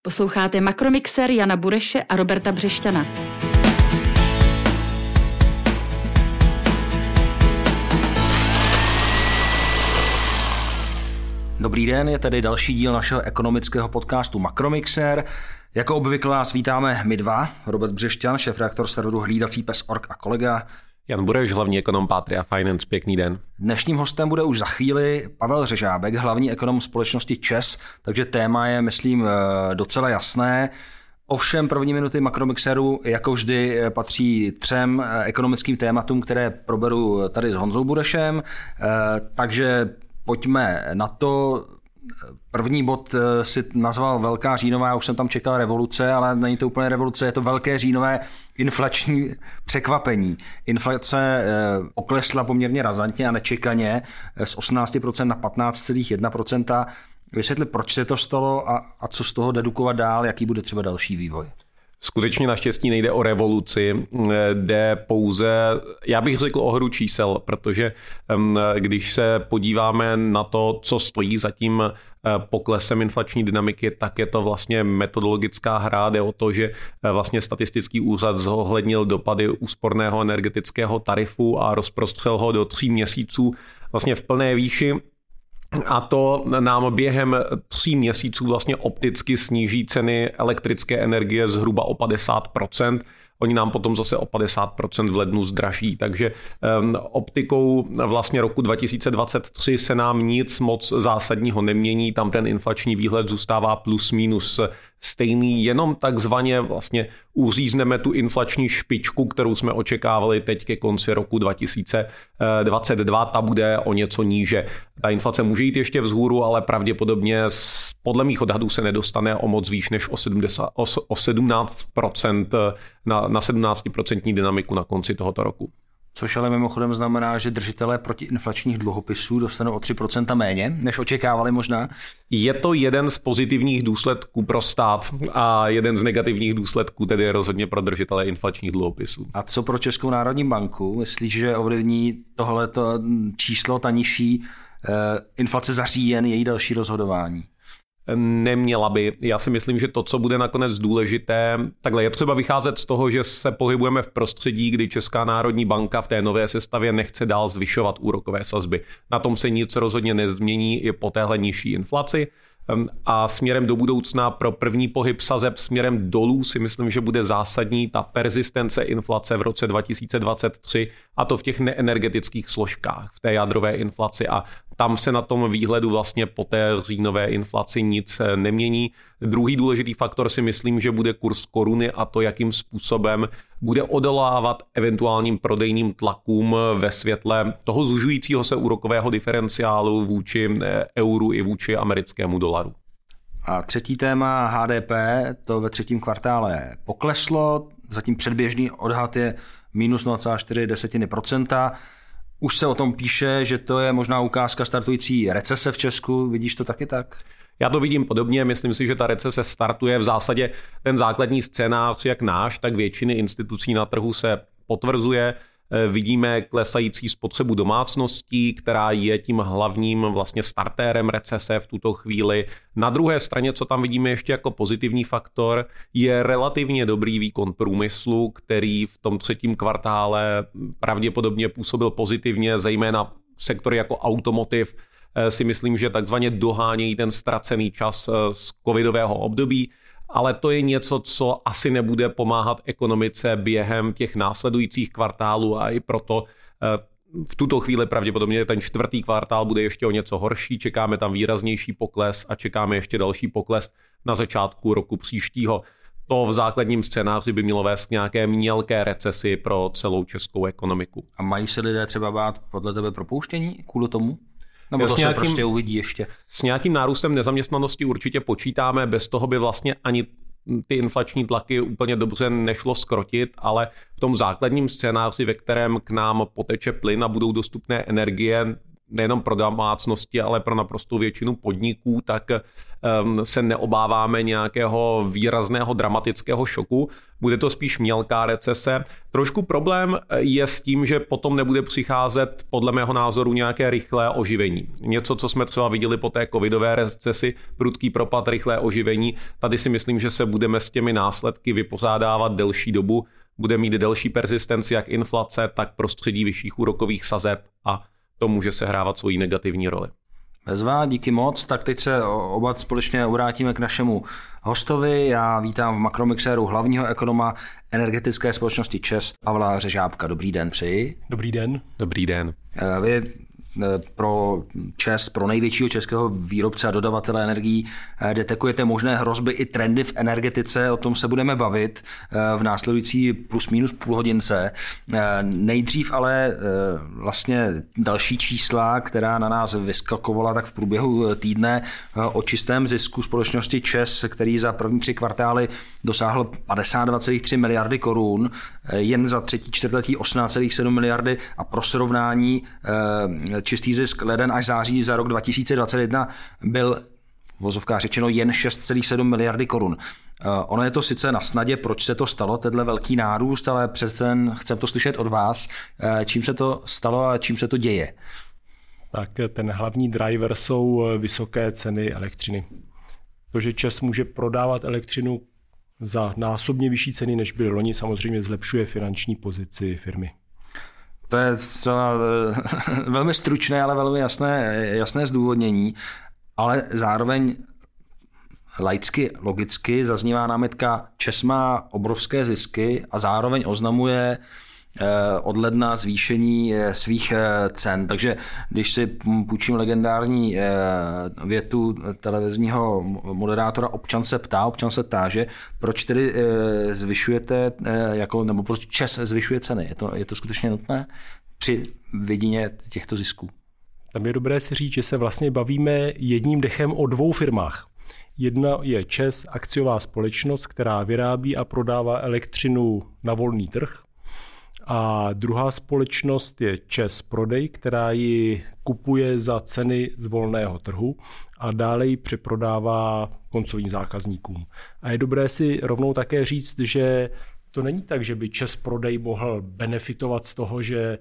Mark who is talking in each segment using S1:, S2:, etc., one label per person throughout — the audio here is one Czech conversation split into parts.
S1: Posloucháte Makromixer Jana Bureše a Roberta Břešťana.
S2: Dobrý den, je tady další díl našeho ekonomického podcastu Makromixer. Jako obvykle vás vítáme my dva, Robert Břešťan, šéfredaktor serveru Hlídací pes.org a kolega
S3: Jan Bureš, hlavní ekonom Patria Finance. Pěkný den.
S2: Dnešním hostem bude už za chvíli Pavel Řežábek, hlavní ekonom společnosti ČEZ, takže téma je, myslím, docela jasné. Ovšem první minuty Makromixeru, jako vždy, patří 3 ekonomickým tématům, které proberu tady s Honzou Burešem, takže pojďme na to. První bod si nazval Velká říjnová, já už jsem tam čekal revoluce, ale není to úplně revoluce, je to velké říjnové inflační překvapení. Inflace oklesla poměrně razantně a nečekaně z 18% na 15,1%. Vysvětli, proč se to stalo a co z toho dedukovat dál, jaký bude třeba další vývoj.
S3: Skutečně naštěstí nejde o revoluci, jde pouze, já bych řekl, o hru čísel, protože když se podíváme na to, co stojí za tím poklesem inflační dynamiky, tak je to vlastně metodologická hra. Jde o to, že vlastně statistický úřad zohlednil dopady úsporného energetického tarifu a rozprostřel ho do 3 měsíců vlastně v plné výši. A to nám během 3 měsíců vlastně opticky sníží ceny elektrické energie zhruba o 50%. Oni nám potom zase o 50% v lednu zdraží. Takže optikou vlastně roku 2023 se nám nic moc zásadního nemění. Tam ten inflační výhled zůstává plus minus stejný, jenom takzvaně vlastně uřízneme tu inflační špičku, kterou jsme očekávali teď ke konci roku 2022, ta bude o něco níže. Ta inflace může jít ještě vzhůru, ale pravděpodobně podle mých odhadů se nedostane o moc výš než o 17% na 17% dynamiku na konci tohoto roku.
S2: Což ale mimochodem znamená, že držitelé protiinflačních dluhopisů dostanou o 3% méně, než očekávali možná.
S3: Je to jeden z pozitivních důsledků pro stát a jeden z negativních důsledků tedy rozhodně pro držitele inflačních dluhopisů.
S2: A co pro Českou národní banku? Myslíš, že ovlivní tohleto číslo, ta nižší inflace za říjen, její další rozhodování?
S3: Neměla by. Já si myslím, že to, co bude nakonec důležité, takhle je třeba vycházet z toho, že se pohybujeme v prostředí, kdy Česká národní banka v té nové sestavě nechce dál zvyšovat úrokové sazby. Na tom se nic rozhodně nezmění i po téhle nižší inflaci. A směrem do budoucna pro první pohyb sazeb směrem dolů si myslím, že bude zásadní ta persistence inflace v roce 2023, a to v těch neenergetických složkách, v té jádrové inflaci, a tam se na tom výhledu vlastně po té říjnové inflaci nic nemění. Druhý důležitý faktor si myslím, že bude kurz koruny a to, jakým způsobem bude odolávat eventuálním prodejním tlakům ve světle toho zužujícího se úrokového diferenciálu vůči euru i vůči americkému dolaru.
S2: A třetí téma HDP, to ve 3. kvartále pokleslo, zatím předběžný odhad je minus 0,4%. Už se o tom píše, že to je možná ukázka startující recese v Česku. Vidíš to taky tak?
S3: Já to vidím podobně, myslím si, že ta recese startuje v zásadě ten základní scénář, jak náš, tak většiny institucí na trhu se potvrzuje. Vidíme klesající spotřebu domácností, která je tím hlavním vlastně startérem recese v tuto chvíli. Na druhé straně, co tam vidíme ještě jako pozitivní faktor, je relativně dobrý výkon průmyslu, který v tom 3. kvartále pravděpodobně působil pozitivně, zejména sektory jako automotiv si myslím, že takzvaně dohánějí ten ztracený čas z covidového období. Ale to je něco, co asi nebude pomáhat ekonomice během těch následujících kvartálů, a i proto v tuto chvíli pravděpodobně ten 4. kvartál bude ještě o něco horší. Čekáme tam výraznější pokles a čekáme ještě další pokles na začátku roku příštího. To v základním scénáři by mělo vést k nějaké mělké recesi pro celou českou ekonomiku.
S2: A mají se lidé třeba bát podle tebe propouštění kvůli tomu? Nebo to se prostě uvidí ještě?
S3: S nějakým nárůstem nezaměstnanosti určitě počítáme, bez toho by vlastně ani ty inflační tlaky úplně dobře nešlo zkrotit, ale v tom základním scénáři, ve kterém k nám poteče plyn a budou dostupné energie, nejenom pro domácnosti, ale pro naprostou většinu podniků, tak se neobáváme nějakého výrazného dramatického šoku. Bude to spíš mělká recese. Trošku problém je s tím, že potom nebude přicházet podle mého názoru nějaké rychlé oživení. Něco, co jsme třeba viděli po té covidové recesi, prudký propad, rychlé oživení. Tady si myslím, že se budeme s těmi následky vypořádávat delší dobu. Bude mít delší persistenci jak inflace, tak prostředí vyšších úrokových sazeb a to může sehrávat svoji negativní roli.
S2: Bezva, díky moc. Tak teď se oba společně obrátíme k našemu hostovi. Já vítám v Makromixéru hlavního ekonoma energetické společnosti ČEZ Pavla Řežábka. Dobrý den, přeji.
S4: Dobrý den.
S3: Dobrý den.
S2: Vy pro ČEZ, pro největšího českého výrobce a dodavatele energií, detekujete možné hrozby i trendy v energetice, o tom se budeme bavit v následující plus minus půl hodince. Nejdřív ale vlastně další čísla, která na nás vyskakovala tak v průběhu týdne o čistém zisku společnosti ČEZ, který za první 3 kvartály dosáhl 52,3 miliardy korun, jen za třetí čtvrtletí 18,7 miliardy a pro srovnání čistý zisk leden až září za rok 2021 byl v vozovkách řečeno jen 6,7 miliardy korun. Ono je to sice na snadě, proč se to stalo, tenhle velký nárůst, ale přece chcem to slyšet od vás, čím se to stalo a čím se to děje.
S4: Tak ten hlavní driver jsou vysoké ceny elektřiny. To, že ČEZ může prodávat elektřinu za násobně vyšší ceny, než byly loni, samozřejmě zlepšuje finanční pozici firmy.
S2: To je zcela velmi stručné, ale velmi jasné zdůvodnění, ale zároveň laicky, logicky zaznívá námitka, ČEZ má obrovské zisky a zároveň oznamuje od ledna zvýšení svých cen. Takže když si půjčím legendární větu televizního moderátora, občan se táže, proč tedy zvyšujete, nebo proč ČEZ zvyšuje ceny? Je to skutečně nutné při vidině těchto zisků?
S4: Tam je dobré si říct, že se vlastně bavíme jedním dechem o 2 firmách. Jedna je ČEZ, akciová společnost, která vyrábí a prodává elektřinu na volný trh. A druhá společnost je ČEZ Prodej, která ji kupuje za ceny z volného trhu a dále ji přeprodává koncovým zákazníkům. A je dobré si rovnou také říct, že to není tak, že by ČEZ Prodej mohl benefitovat z toho, že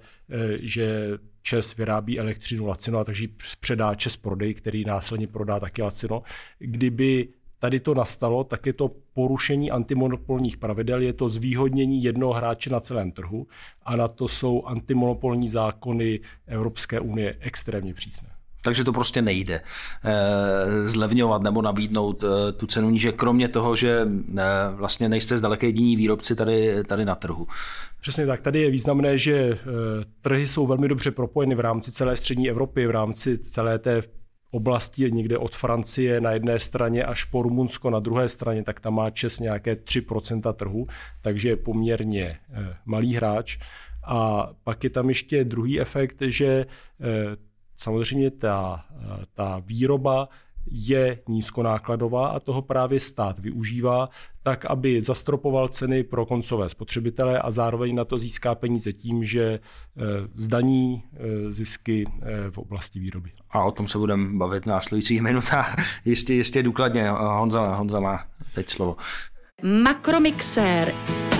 S4: ČEZ vyrábí elektřinu lacino, takže ji předá ČEZ Prodej, který následně prodá taky lacino. Kdyby tady to nastalo, tak je to porušení antimonopolních pravidel, je to zvýhodnění jednoho hráče na celém trhu a na to jsou antimonopolní zákony Evropské unie extrémně přísné.
S2: Takže to prostě nejde zlevňovat nebo nabídnout tu cenu níže, kromě toho, že vlastně nejste zdaleka jediní výrobci tady na trhu.
S4: Přesně tak. Tady je významné, že trhy jsou velmi dobře propojeny v rámci celé střední Evropy, v rámci celé té oblasti je někde od Francie na jedné straně až po Rumunsko na druhé straně, tak tam má ČEZ nějaké 3% trhu, takže je poměrně malý hráč. A pak je tam ještě druhý efekt, že samozřejmě ta výroba je nízkonákladová a toho právě stát využívá tak, aby zastropoval ceny pro koncové spotřebitele a zároveň na to získá peníze tím, že zdaní zisky v oblasti výroby.
S2: A o tom se budeme bavit v následujících minutách jistě důkladně. Honza má teď slovo.
S1: Makromixér.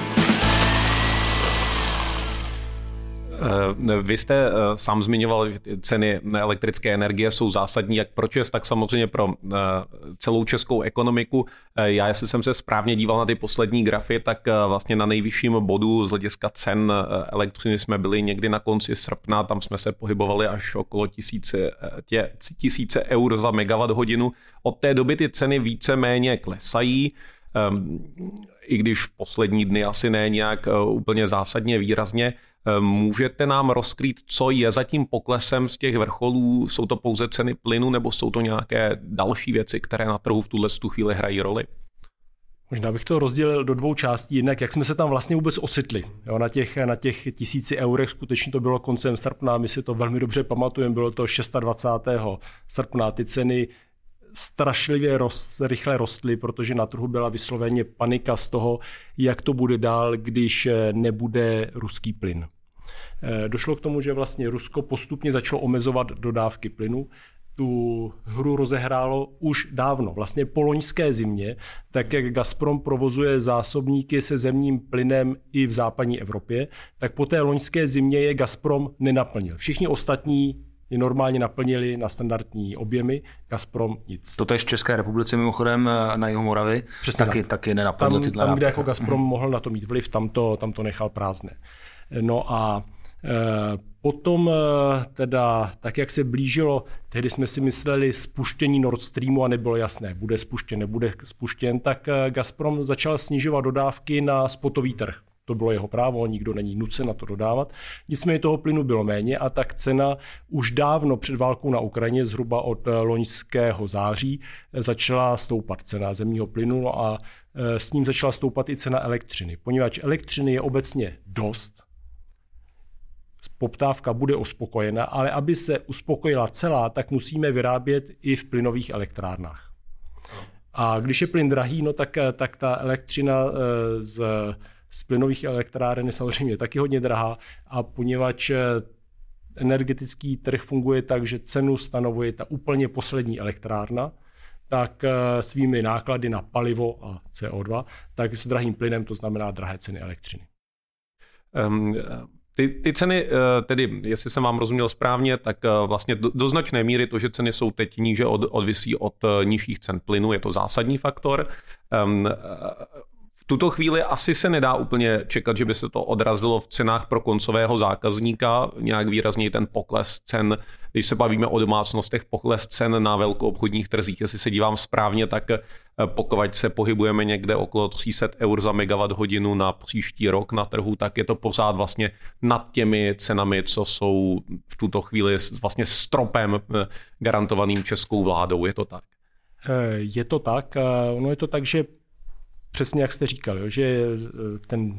S3: Vy jste sám zmiňoval, že ceny elektrické energie jsou zásadní jak pro ČEZ, tak samozřejmě pro celou českou ekonomiku. Já, jestli jsem se správně díval na ty poslední grafy, tak vlastně na nejvyšším bodu z hlediska cen elektřiny jsme byli někdy na konci srpna, tam jsme se pohybovali až okolo 1000 eur za megawatt hodinu. Od té doby ty ceny víceméně klesají, i když v poslední dny asi ne nějak úplně zásadně výrazně. Můžete nám rozkrýt, co je za tím poklesem z těch vrcholů? Jsou to pouze ceny plynu nebo jsou to nějaké další věci, které na trhu v tuhle chvíli hrají roli?
S4: Možná bych to rozdělil do 2 částí. Jednak, jak jsme se tam vlastně vůbec ocitli. Jo, na těch 1000 eurech skutečně to bylo koncem srpna, my si to velmi dobře pamatujeme, bylo to 26. srpna. Ty ceny strašlivě rychle rostly, protože na trhu byla vysloveně panika z toho, jak to bude dál, když nebude ruský plyn. Došlo k tomu, že vlastně Rusko postupně začalo omezovat dodávky plynu. Tu hru rozehrálo už dávno, vlastně po loňské zimě, tak jak Gazprom provozuje zásobníky se zemním plynem i v západní Evropě, tak po té loňské zimě je Gazprom nenaplnil. Všichni ostatní je normálně naplnili na standardní objemy, Gazprom nic.
S2: To je v České republice mimochodem na jihu Moravy, taky nenaplnil tyhle.
S4: Tam, kde jako Gazprom mohl na to mít vliv, tam to nechal prázdné. No a potom teda, tak jak se blížilo, tehdy jsme si mysleli spuštění Nord Streamu a nebylo jasné, bude spuštěn, nebude spuštěn, tak Gazprom začal snižovat dodávky na spotový trh. To bylo jeho právo, nikdo není nucen na to dodávat. Nicméně toho plynu bylo méně a tak cena už dávno před válkou na Ukrajině, zhruba od loňského září, začala stoupat cena zemního plynu a s ním začala stoupat i cena elektřiny. Poněvadž elektřiny je obecně dost, poptávka bude uspokojena, ale aby se uspokojila celá, tak musíme vyrábět i v plynových elektrárnách. A když je plyn drahý, no tak ta elektřina z plynových elektráren je samozřejmě taky hodně drahá a poněvadž energetický trh funguje tak, že cenu stanovuje ta úplně poslední elektrárna, tak svými náklady na palivo a CO2, tak s drahým plynem to znamená drahé ceny elektřiny.
S3: Ty ceny, tedy jestli jsem vám rozuměl správně, tak vlastně do značné míry to, že ceny jsou teď níže, odvisí od nižších cen plynu, je to zásadní faktor. V tuto chvíli asi se nedá úplně čekat, že by se to odrazilo v cenách pro koncového zákazníka, nějak výrazněji ten pokles cen, když se bavíme o domácnostech, pokles cen na velkoobchodních trzích. Jestli se dívám správně, tak pokud se pohybujeme někde okolo 300 eur za megawatt hodinu na příští rok na trhu, tak je to pořád vlastně nad těmi cenami, co jsou v tuto chvíli vlastně stropem garantovaným českou vládou. Je to tak?
S4: Je to tak. Ono je to tak, že přesně jak jste říkal, že ten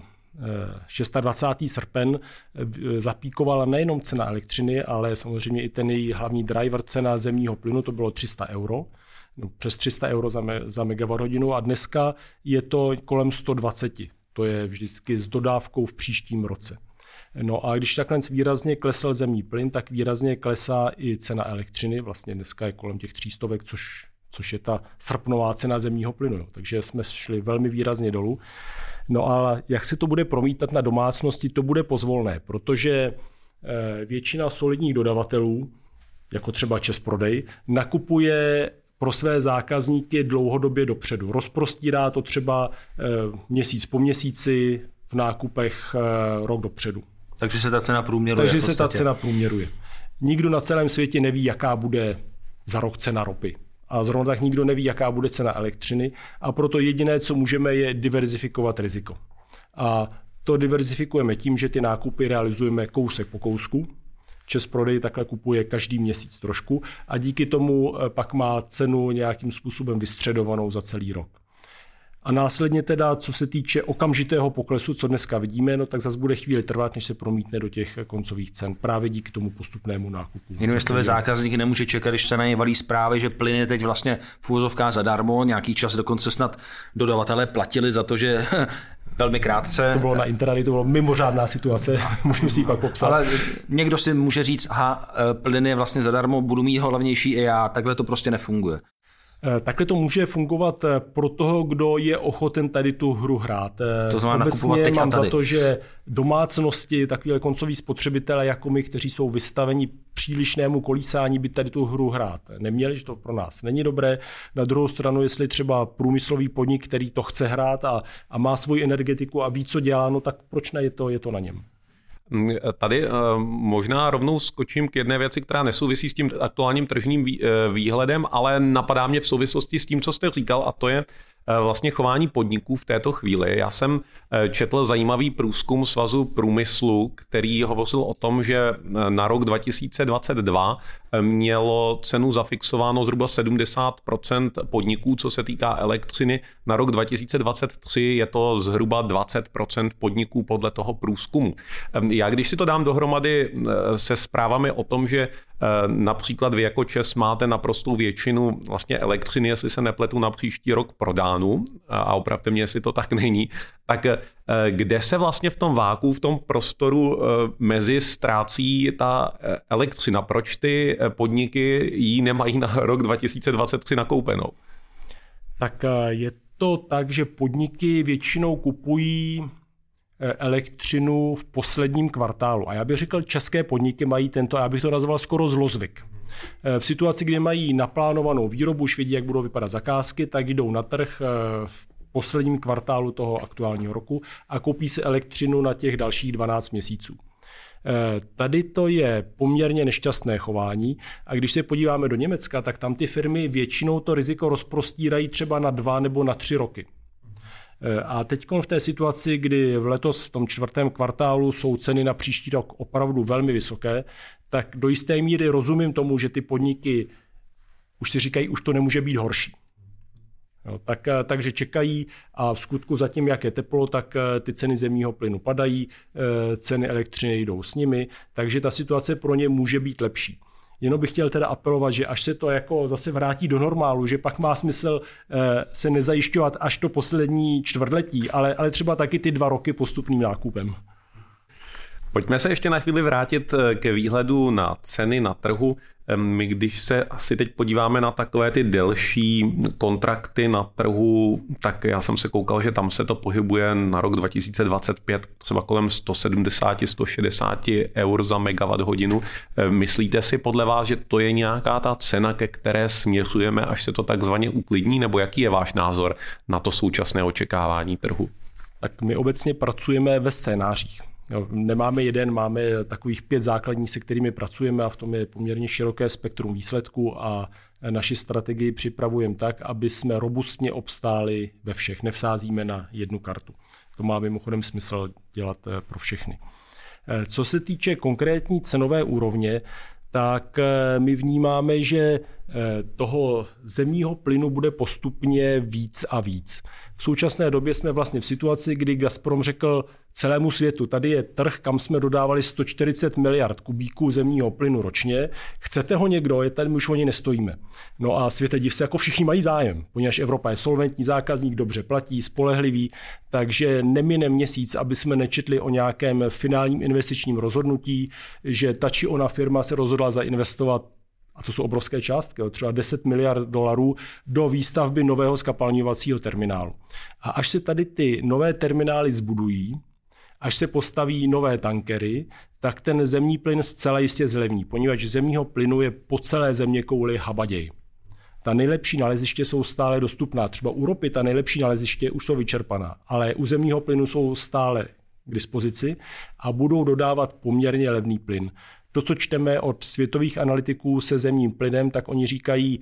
S4: 26. srpen zapíkovala nejenom cena elektřiny, ale samozřejmě i ten její hlavní driver cena zemního plynu, to bylo 300 euro, přes 300 euro za megawatt hodinu a dneska je to kolem 120. To je vždycky s dodávkou v příštím roce. No a když takhle výrazně klesl zemní plyn, tak výrazně klesá i cena elektřiny, vlastně dneska je kolem těch 300, což je ta srpnová cena zemního plynu. Takže jsme šli velmi výrazně dolů. No a jak se to bude promítat na domácnosti, to bude pozvolné, protože většina solidních dodavatelů, jako třeba ČEZ Prodej, nakupuje pro své zákazníky dlouhodobě dopředu. Rozprostírá to třeba měsíc po měsíci v nákupech rok dopředu.
S2: Takže se ta cena průměruje.
S4: Takže se ta cena průměruje. Nikdo na celém světě neví, jaká bude za rok cena ropy. A zrovna tak nikdo neví, jaká bude cena elektřiny a proto jediné, co můžeme, je diverzifikovat riziko. A to diverzifikujeme tím, že ty nákupy realizujeme kousek po kousku. ČEZ Prodej takhle kupuje každý měsíc trošku a díky tomu pak má cenu nějakým způsobem vystředovanou za celý rok. A následně teda, co se týče okamžitého poklesu, co dneska vidíme, no tak zase bude chvíli trvat, než se promítne do těch koncových cen, právě díky tomu postupnému nákupu.
S2: Jinými slovy, zákazník nemůže čekat, když se na něj valí zprávy, že plyn je teď vlastně v uvozovkách zadarmo, nějaký čas dokonce snad dodavatelé platili za to, že velmi krátce.
S4: To bylo na intraday, to bylo mimořádná situace, můžeme si ji pak popsat.
S2: Ale někdo si může říct, plyn je vlastně zadarmo, budu mít ho levnější i já, takhle to prostě nefunguje.
S4: Takhle to může fungovat pro toho, kdo je ochoten tady tu hru hrát.
S2: To znamená nakupovat teď
S4: mám za to, že domácnosti, takový koncoví spotřebitelé jako my, kteří jsou vystaveni přílišnému kolísání, by tady tu hru hrát neměli, že to pro nás není dobré. Na druhou stranu, jestli třeba průmyslový podnik, který to chce hrát a má svoji energetiku a ví, co dělá, no tak proč ne, je to na něm.
S3: Tady možná rovnou skočím k jedné věci, která nesouvisí s tím aktuálním tržním výhledem, ale napadá mě v souvislosti s tím, co jste říkal, a to je vlastně chování podniků v této chvíli. Já jsem četl zajímavý průzkum Svazu průmyslu, který hovořil o tom, že na rok 2022 mělo cenu zafixováno zhruba 70% podniků, co se týká elektřiny. Na rok 2023 je to zhruba 20% podniků podle toho průzkumu. Já když si to dám dohromady se zprávami o tom, že Například vy jako ČEZ máte naprostou většinu vlastně elektřiny, jestli se nepletu, na příští rok prodánu, a opravdu mě, jestli to tak není, tak kde se vlastně v tom váku, v tom prostoru mezi ztrácí ta elektřina? Proč ty podniky ji nemají na rok 2023 nakoupenou? Tak
S4: je to tak, že podniky většinou kupují elektřinu v posledním kvartálu. A já bych řekl, české podniky mají tento, já bych to nazval skoro zlozvyk. V situaci, kdy mají naplánovanou výrobu, už vědí, jak budou vypadat zakázky, tak jdou na trh v posledním kvartálu toho aktuálního roku a koupí si elektřinu na těch dalších 12 měsíců. Tady to je poměrně nešťastné chování a když se podíváme do Německa, tak tam ty firmy většinou to riziko rozprostírají třeba na 2 nebo na 3 roky. A teď v té situaci, kdy letos v tom 4. kvartálu jsou ceny na příští rok opravdu velmi vysoké, tak do jisté míry rozumím tomu, že ty podniky už si říkají, už to nemůže být horší. Jo, takže čekají a v skutku zatím, jak je teplo, tak ty ceny zemního plynu padají, ceny elektřiny jdou s nimi, takže ta situace pro ně může být lepší. Jenom bych chtěl teda apelovat, že až se to jako zase vrátí do normálu, že pak má smysl se nezajišťovat až to poslední čtvrtletí, ale třeba taky ty 2 roky postupným nákupem.
S3: Pojďme se ještě na chvíli vrátit ke výhledu na ceny na trhu. My když se asi teď podíváme na takové ty delší kontrakty na trhu, tak já jsem se koukal, že tam se to pohybuje na rok 2025 třeba kolem 170-160 eur za megawatt hodinu. Myslíte si podle vás, že to je nějaká ta cena, ke které směřujeme, až se to takzvaně uklidní, nebo jaký je váš názor na to současné očekávání trhu?
S4: Tak my obecně pracujeme ve scénářích. Nemáme jeden, máme takových 5 základních, se kterými pracujeme a v tom je poměrně široké spektrum výsledků a naši strategii připravujeme tak, aby jsme robustně obstáli ve všech. Nevsázíme na jednu kartu. To má mimochodem smysl dělat pro všechny. Co se týče konkrétní cenové úrovně, tak my vnímáme, že toho zemního plynu bude postupně víc a víc. V současné době jsme vlastně v situaci, kdy Gazprom řekl celému světu, tady je trh, kam jsme dodávali 140 miliard kubíků zemního plynu ročně, chcete ho někdo, je tady, my už o něj nestojíme. No a světe div se, jako všichni mají zájem, poněvadž Evropa je solventní zákazník, dobře platí, spolehlivý, takže nemine měsíc, aby jsme nečetli o nějakém finálním investičním rozhodnutí, že ta či ona firma se rozhodla zainvestovat, a to jsou obrovské částky, třeba 10 miliard dolarů do výstavby nového zkapalňovacího terminálu. A až se tady ty nové terminály zbudují, až se postaví nové tankery, tak ten zemní plyn zcela jistě zlevní, poněvadž zemního plynu je po celé zeměkouli habaděj. Ta nejlepší naleziště jsou stále dostupná. Třeba u ropy ta nejlepší naleziště už jsou vyčerpaná, ale u zemního plynu jsou stále k dispozici a budou dodávat poměrně levný plyn. To, co čteme od světových analytiků se zemním plynem, tak oni říkají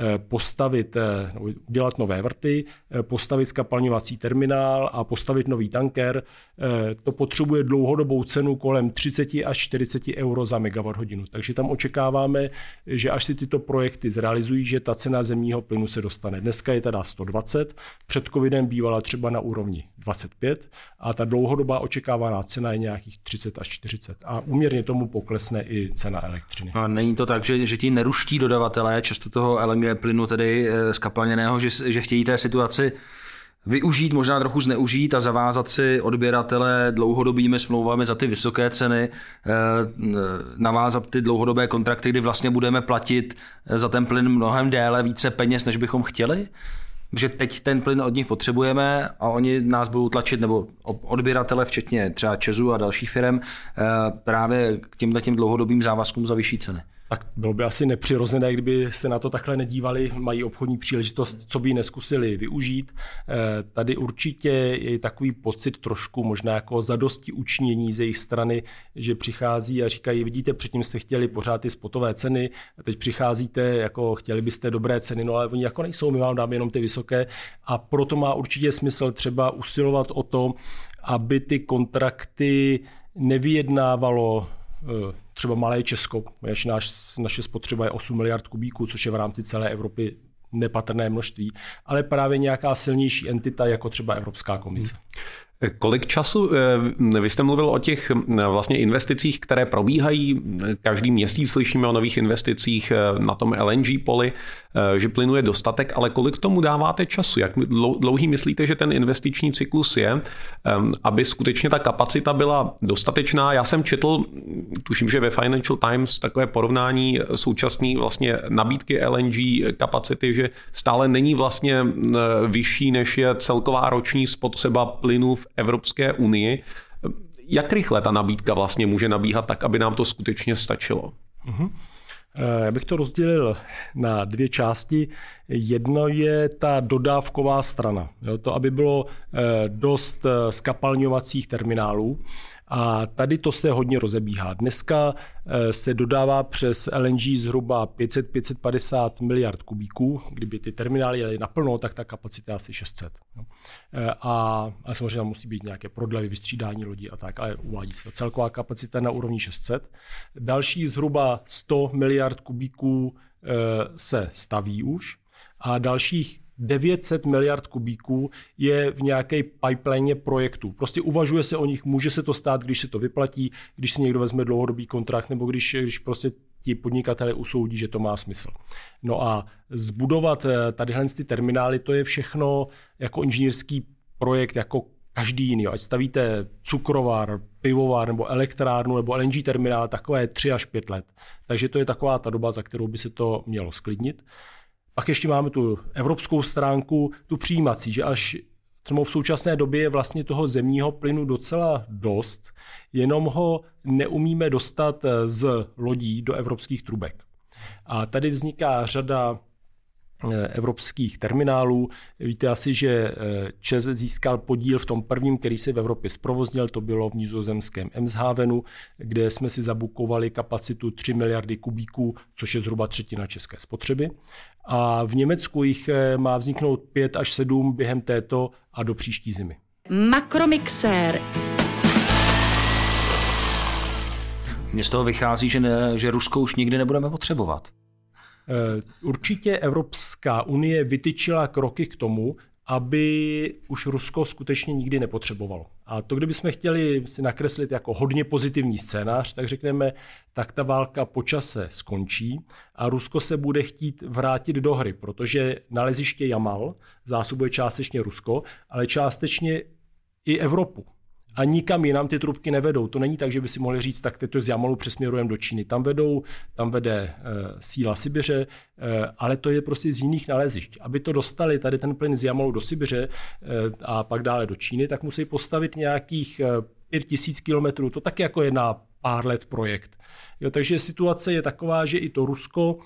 S4: udělat nové vrty, postavit zkapalňovací terminál a postavit nový tanker. To potřebuje dlouhodobou cenu kolem 30 až 40 euro za megawatt hodinu. Takže tam očekáváme, že až si tyto projekty zrealizují, že ta cena zemního plynu se dostane. Dneska je teda 120, před covidem bývala třeba na úrovni 25 a ta dlouhodobá očekávaná cena je nějakých 30 až 40. A úměrně tomu poklesne i cena elektřiny.
S2: A není to tak, že ti neruští dodavatelé často toho LNG plynu tedy skapalněného, že chtějí té situaci využít, možná trochu zneužít a zavázat si odběratele dlouhodobými smlouvami za ty vysoké ceny, navázat ty dlouhodobé kontrakty, kdy vlastně budeme platit za ten plyn mnohem déle více peněz, než bychom chtěli? Že teď ten plyn od nich potřebujeme a oni nás budou tlačit, nebo odběratele, včetně třeba ČEZu a dalších firm, právě k těmto dlouhodobým závazkům za vyšší ceny.
S4: Tak bylo by asi nepřirozené, kdyby se na to takhle nedívali, mají obchodní příležitost, co by neskusili využít. Tady určitě je takový pocit trošku možná jako zadosti učinění z jejich strany, že přichází a říkají, vidíte, předtím jste chtěli pořád ty spotové ceny, a teď přicházíte, jako chtěli byste dobré ceny, no ale oni jako nejsou, my vám dáme jenom ty vysoké a proto má určitě smysl třeba usilovat o to, aby ty kontrakty nevyjednávalo třeba malé Česko, naše spotřeba je 8 miliard kubíků, což je v rámci celé Evropy nepatrné množství, ale právě nějaká silnější entita, jako třeba Evropská komise.
S3: Kolik času, vy jste mluvil o těch vlastně investicích, které probíhají, každý měsíc slyšíme o nových investicích na tom LNG poli, že plynu je dostatek, ale kolik tomu dáváte času? Jak dlouhý myslíte, že ten investiční cyklus je, aby skutečně ta kapacita byla dostatečná? Já jsem četl, tuším, že ve Financial Times takové porovnání současné vlastně nabídky LNG kapacity, že stále není vlastně vyšší, než je celková roční spotřeba plynu v Evropské unii. Jak rychle ta nabídka vlastně může nabíhat tak, aby nám to skutečně stačilo?
S4: Já bych to rozdělil na dvě části. Jedno je ta dodávková strana. To, aby bylo dost skapalňovacích terminálů. A tady to se hodně rozebíhá. Dneska se dodává přes LNG zhruba 500-550 miliard kubíků. Kdyby ty terminály jeli naplno, tak ta kapacita je asi 600. A samozřejmě tam musí být nějaké prodlevy, vystřídání lodí a tak, ale uvádí se ta celková kapacita na úrovni 600. Další zhruba 100 miliard kubíků se staví už a dalších 900 miliard kubíků je v nějaké pipeline projektů. Prostě uvažuje se o nich, může se to stát, když se to vyplatí, když si někdo vezme dlouhodobý kontrakt nebo když prostě ti podnikatelé usoudí, že to má smysl. No a zbudovat tadyhle ty terminály, to je všechno jako inženýrský projekt, jako každý jiný. Ať stavíte cukrovar, pivovar nebo elektrárnu nebo LNG terminál, takové 3 až 5 let. Takže to je taková ta doba, za kterou by se to mělo sklidnit. Pak ještě máme tu evropskou stránku, tu přijímací, že až třeba v současné době je vlastně toho zemního plynu docela dost, jenom ho neumíme dostat z lodí do evropských trubek. A tady vzniká řada evropských terminálů. Víte asi, že ČEZ získal podíl v tom prvním, který se v Evropě zprovoznil, to bylo v nizozemském Eemshavenu, kde jsme si zabukovali kapacitu 3 miliardy kubíků, což je zhruba třetina české spotřeby. A v Německu jich má vzniknout 5 až 7 během této a do příští zimy.
S1: Makromixér.
S2: Mně z toho vychází, že Rusko už nikdy nebudeme potřebovat.
S4: Určitě Evropská unie vytyčila kroky k tomu, aby už Rusko skutečně nikdy nepotřebovalo. A to, kdybychom chtěli si nakreslit jako hodně pozitivní scénář, tak řekneme, tak ta válka po čase skončí a Rusko se bude chtít vrátit do hry, protože naleziště Jamal zásobuje částečně Rusko, ale částečně i Evropu. A nikam jinam ty trubky nevedou. To není tak, že by si mohli říct, tak to z Jamalu přesměrujeme do Číny. Tam vede síla Sibiře, ale to je prostě z jiných nalezišť. Aby to dostali tady ten plyn z Jamalu do Sibiře a pak dále do Číny, tak musí postavit nějakých 5000 kilometrů. To taky jako je na pár let projekt. Jo, takže situace je taková, že i to Rusko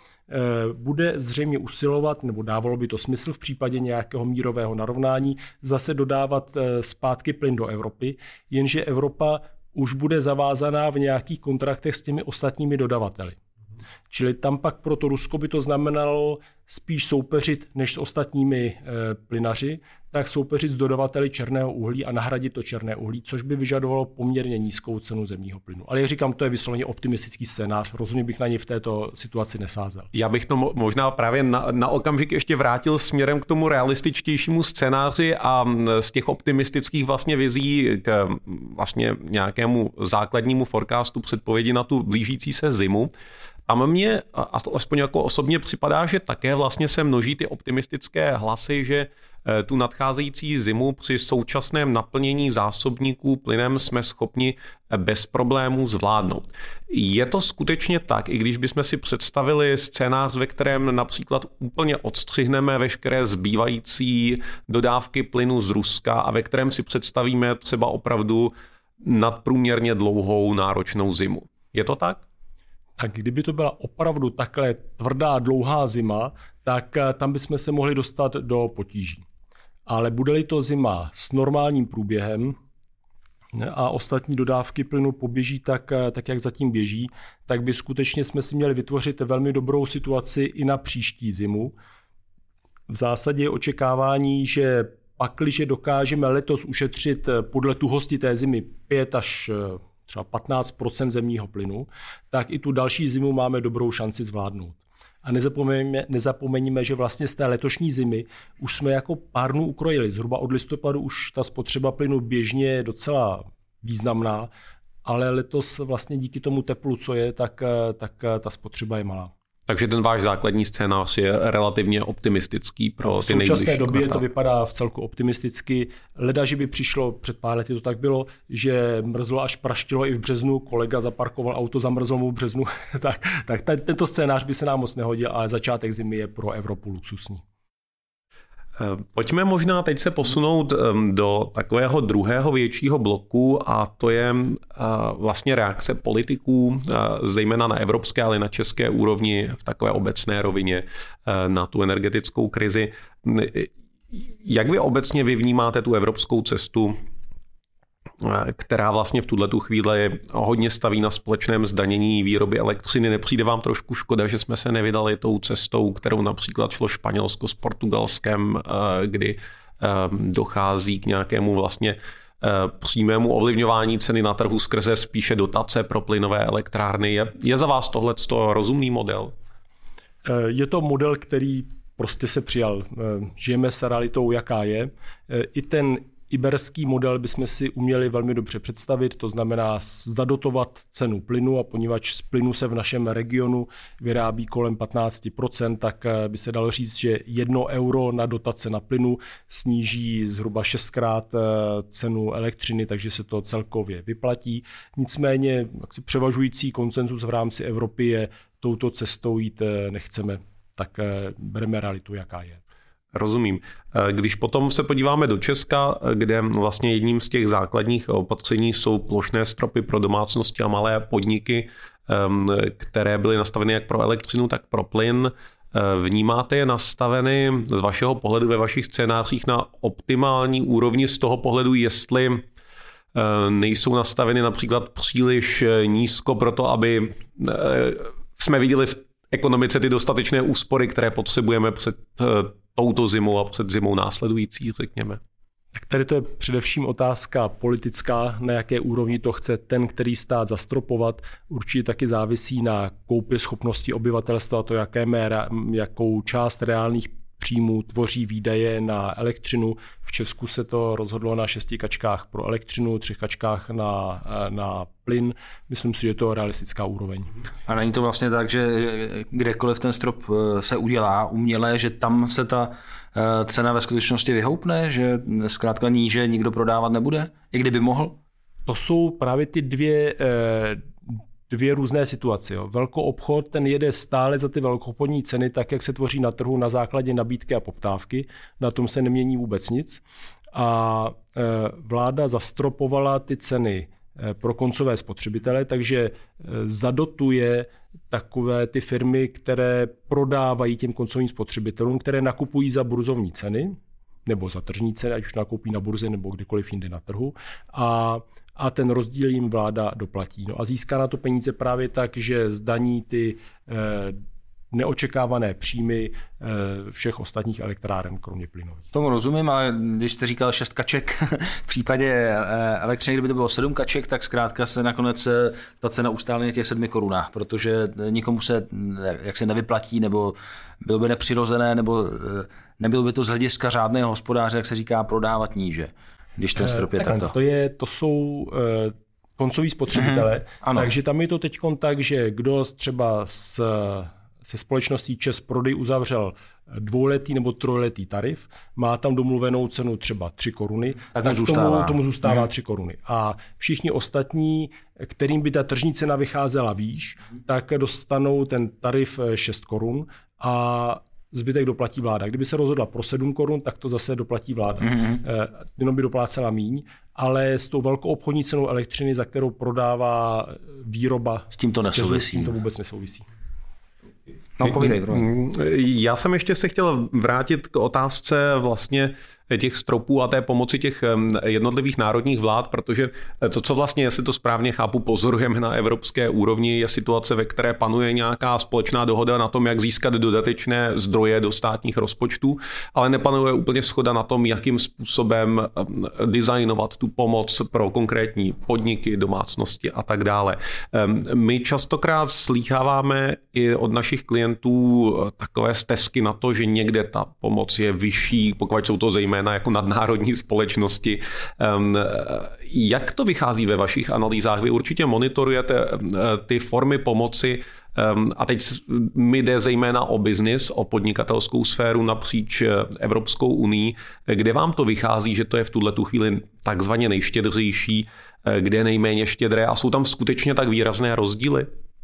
S4: bude zřejmě usilovat, nebo dávalo by to smysl v případě nějakého mírového narovnání, zase dodávat zpátky plyn do Evropy, jenže Evropa už bude zavázaná v nějakých kontraktech s těmi ostatními dodavateli. Čili tam pak pro to Rusko by to znamenalo spíš soupeřit než s ostatními plynaři, tak soupeřit s dodavateli černého uhlí a nahradit to černé uhlí, což by vyžadovalo poměrně nízkou cenu zemního plynu. Ale jak říkám, to je vysloveně optimistický scénář, rozhodně bych na něj v této situaci nesázel.
S3: Já bych to možná právě na okamžik ještě vrátil směrem k tomu realističtějšímu scénáři a z těch optimistických vlastně vizí k vlastně nějakému základnímu forecastu předpovědi na tu blížící se zimu. A mně aspoň jako osobně připadá, že také vlastně se množí ty optimistické hlasy, že tu nadcházející zimu při současném naplnění zásobníků plynem jsme schopni bez problémů zvládnout. Je to skutečně tak, i když bychom si představili scénář, ve kterém například úplně odstřihneme veškeré zbývající dodávky plynu z Ruska a ve kterém si představíme třeba opravdu nadprůměrně dlouhou náročnou zimu. Je to tak?
S4: Tak kdyby to byla opravdu takhle tvrdá, dlouhá zima, tak tam bychom se mohli dostat do potíží. Ale bude-li to zima s normálním průběhem a ostatní dodávky plynu poběží tak, jak zatím běží, tak by skutečně jsme si měli vytvořit velmi dobrou situaci i na příští zimu. V zásadě je očekávání, že pakliže dokážeme letos ušetřit podle tuhosti té zimy 5 až třeba 15% zemního plynu, tak i tu další zimu máme dobrou šanci zvládnout. A nezapomeňme, že vlastně z té letošní zimy už jsme jako pár dnů ukrojili. Zhruba od listopadu už ta spotřeba plynu běžně je docela významná, ale letos vlastně díky tomu teplu, co je, tak ta spotřeba je malá.
S3: Takže ten váš základní scénář je relativně optimistický pro ty nejbližší. V současné
S4: době to vypadá v celku optimisticky. Leda, že by přišlo, před pár lety to tak bylo, že mrzlo až praštilo i v březnu, kolega zaparkoval auto, zamrzlo mu v březnu, tak tento scénář by se nám moc nehodil, ale začátek zimy je pro Evropu luxusní.
S3: Pojďme možná teď se posunout do takového druhého většího bloku a to je vlastně reakce politiků, zejména na evropské, ale i na české úrovni v takové obecné rovině na tu energetickou krizi. Jak vy obecně vnímáte tu evropskou cestu, která vlastně v tuhletu chvíli hodně staví na společném zdanění výroby elektřiny? Nepřijde vám trošku škoda, že jsme se nevydali tou cestou, kterou například šlo Španělsko s Portugalskem, kdy dochází k nějakému vlastně přímému ovlivňování ceny na trhu skrze spíše dotace pro plynové elektrárny? Je za vás tohleto rozumný model?
S4: Je to model, který prostě se přijal. Žijeme s realitou, jaká je. I ten iberský model bychom si uměli velmi dobře představit, to znamená zadotovat cenu plynu, a poněvadž z plynu se v našem regionu vyrábí kolem 15%, tak by se dalo říct, že 1 euro na dotace na plynu sníží zhruba 6krát cenu elektřiny, takže se to celkově vyplatí. Nicméně převažující konsenzus v rámci Evropy je, touto cestou jít nechceme, tak bereme realitu, jaká je.
S3: Rozumím. Když potom se podíváme do Česka, kde vlastně jedním z těch základních opatření jsou plošné stropy pro domácnosti a malé podniky, které byly nastaveny jak pro elektřinu, tak pro plyn. Vnímáte je nastaveny z vašeho pohledu ve vašich scénářích na optimální úrovni z toho pohledu, jestli nejsou nastaveny například příliš nízko pro to, aby jsme viděli v ekonomice ty dostatečné úspory, které potřebujeme před touto zimou a před zimou následující, řekněme?
S4: Tak tady to je především otázka politická, na jaké úrovni to chce ten, který stát zastropovat. Určitě taky závisí na koupě schopnosti obyvatelstva, to jakou část reálných příjmů tvoří výdaje na elektřinu. V Česku se to rozhodlo na 6 kačkách pro elektřinu, 3 kačkách na plyn. Myslím si, že to je realistická úroveň.
S2: A není to vlastně tak, že kdekoliv ten strop se udělá uměle, že tam se ta cena ve skutečnosti vyhoupne, že zkrátka níže nikdo prodávat nebude, i kdyby mohl?
S4: To jsou právě ty dvě různé situace. Jo. Velkoobchod, ten jede stále za ty velkoobchodní ceny, tak jak se tvoří na trhu na základě nabídky a poptávky. Na tom se nemění vůbec nic. A vláda zastropovala ty ceny pro koncové spotřebitele, takže zadotuje takové ty firmy, které prodávají těm koncovým spotřebitelům, které nakupují za burzovní ceny, nebo za tržní ceny, ať už nakoupí na burze nebo kdekoliv jinde na trhu. A ten rozdíl jim vláda doplatí. No a získá na to peníze právě tak, že zdaní ty neočekávané příjmy všech ostatních elektráren, kromě plynových.
S2: Tomu rozumím, ale když jste říkal 6 kaček, v případě elektřiny, kdyby to bylo 7 kaček, tak zkrátka se nakonec ta cena ustále na těch 7 korunách, protože nikomu se jak se nevyplatí, nebo bylo by nepřirozené, nebo nebylo by to z hlediska řádného hospodáře, jak se říká, prodávat níže. Když ten strop je takto.
S4: To jsou koncoví spotřebitele, takže tam je to teď tak, že kdo třeba se společností ČEZ Prodej uzavřel 2letý nebo 3letý tarif, má tam domluvenou cenu třeba 3 koruny, tak tomu zůstává 3 koruny. A všichni ostatní, kterým by ta tržní cena vycházela výš, tak dostanou ten tarif 6 korun a zbytek doplatí vláda. Kdyby se rozhodla pro 7 korun, tak to zase doplatí vláda. Jenom by doplácela míň, ale s tou velkou obchodní cenou elektřiny, za kterou prodává výroba,
S2: s tím to nesouvisí.
S4: S tím to vůbec nesouvisí.
S2: No, povídej,
S3: já jsem ještě se chtěl vrátit k otázce vlastně těch stropů a té pomoci těch jednotlivých národních vlád, protože to, co vlastně, jestli to správně chápu, pozorujeme na evropské úrovni, je situace, ve které panuje nějaká společná dohoda na tom, jak získat dodatečné zdroje do státních rozpočtů, ale nepanuje úplně shoda na tom, jakým způsobem designovat tu pomoc pro konkrétní podniky, domácnosti a tak dále. My častokrát slýcháváme i od našich klientů takové stesky na to, že někde ta pomoc je vyšší, pokud jsou to zejména jako nadnárodní společnosti. Jak to vychází ve vašich analýzách? Vy určitě monitorujete ty formy pomoci a teď mi jde zejména o biznis, o podnikatelskou sféru napříč Evropskou unii. Kde vám to vychází, že to je v tuhletu chvíli takzvaně nejštědřejší, kde nejméně štědré a jsou tam skutečně tak výrazné rozdíly?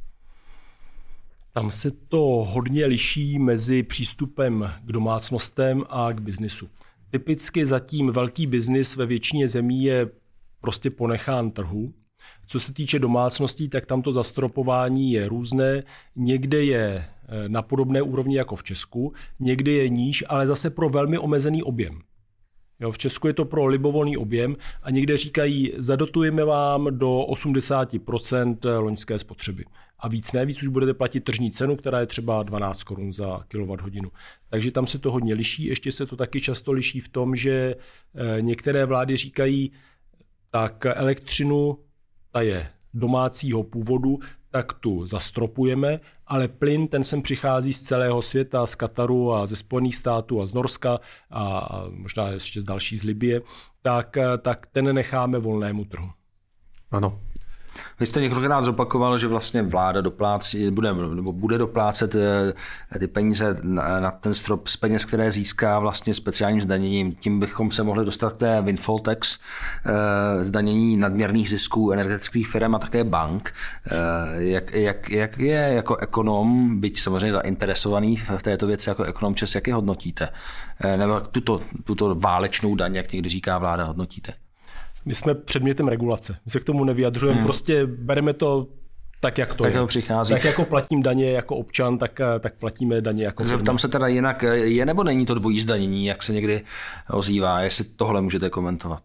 S4: Tam se to hodně liší mezi přístupem k domácnostem a k biznisu. Typicky zatím velký biznis ve většině zemí je prostě ponechán trhu. Co se týče domácností, tak tam to zastropování je různé. Někde je na podobné úrovni jako v Česku, někde je níž, ale zase pro velmi omezený objem. Jo, v Česku je to pro libovolný objem a někde říkají, zadotujeme vám do 80% loňské spotřeby. A víc ne, víc už budete platit tržní cenu, která je třeba 12 korun za kWh. Takže tam se to hodně liší. Ještě se to taky často liší v tom, že některé vlády říkají, tak elektřinu, ta je domácího původu, tak tu zastropujeme, ale plyn, ten sem přichází z celého světa, z Kataru a ze Spojených států a z Norska a možná ještě z další z Libye, tak ten necháme volnému trhu.
S3: Ano.
S2: Vy jste několikrát zopakoval, že vlastně vláda bude doplácet ty peníze na ten strop z peněz, které získá vlastně speciálním zdaněním. Tím bychom se mohli dostat k té windfall tax, zdanění nadměrných zisků energetických firm a také bank. Jak je jako ekonom, byť samozřejmě zainteresovaný v této věci jako ekonom ČES, jak je hodnotíte? Nebo tuto válečnou daň, jak někdy říká vláda, hodnotíte?
S4: My jsme předmětem regulace. My se k tomu nevyjadřujeme, prostě bereme to tak, jak to
S2: tak
S4: je.
S2: Přichází.
S4: Tak jako platím daně jako občan, tak platíme daně jako firma.
S2: Tam se teda jinak je nebo není to dvojí zdanění, jak se někdy ozývá, jestli tohle můžete komentovat?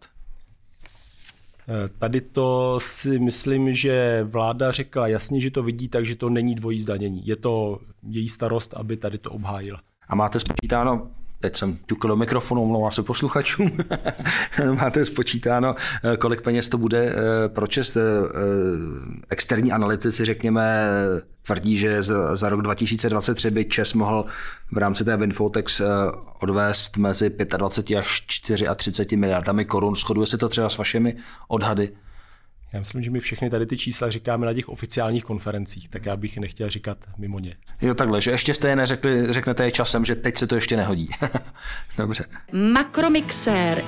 S4: Tady to si myslím, že vláda řekla jasně, že to vidí, takže to není dvojí zdanění. Je to její starost, aby tady to obhájila.
S2: A máte spočítáno, teď jsem ťukl do mikrofonu, omlouvám se posluchačům, máte spočítáno, kolik peněz to bude pro ČES? Externí analytici, řekněme, tvrdí, že za rok 2023 by ČES mohl v rámci té windfall tax odvést mezi 25 až 34 miliardami korun. Shoduje se to třeba s vašimi odhady?
S4: Já myslím, že my všechny tady ty čísla říkáme na těch oficiálních konferencích, tak já bych nechtěl říkat mimo ně.
S2: Jo, takhle, že ještě jste je řeknete je časem, že teď se to ještě nehodí. Dobře.
S1: Makromixér.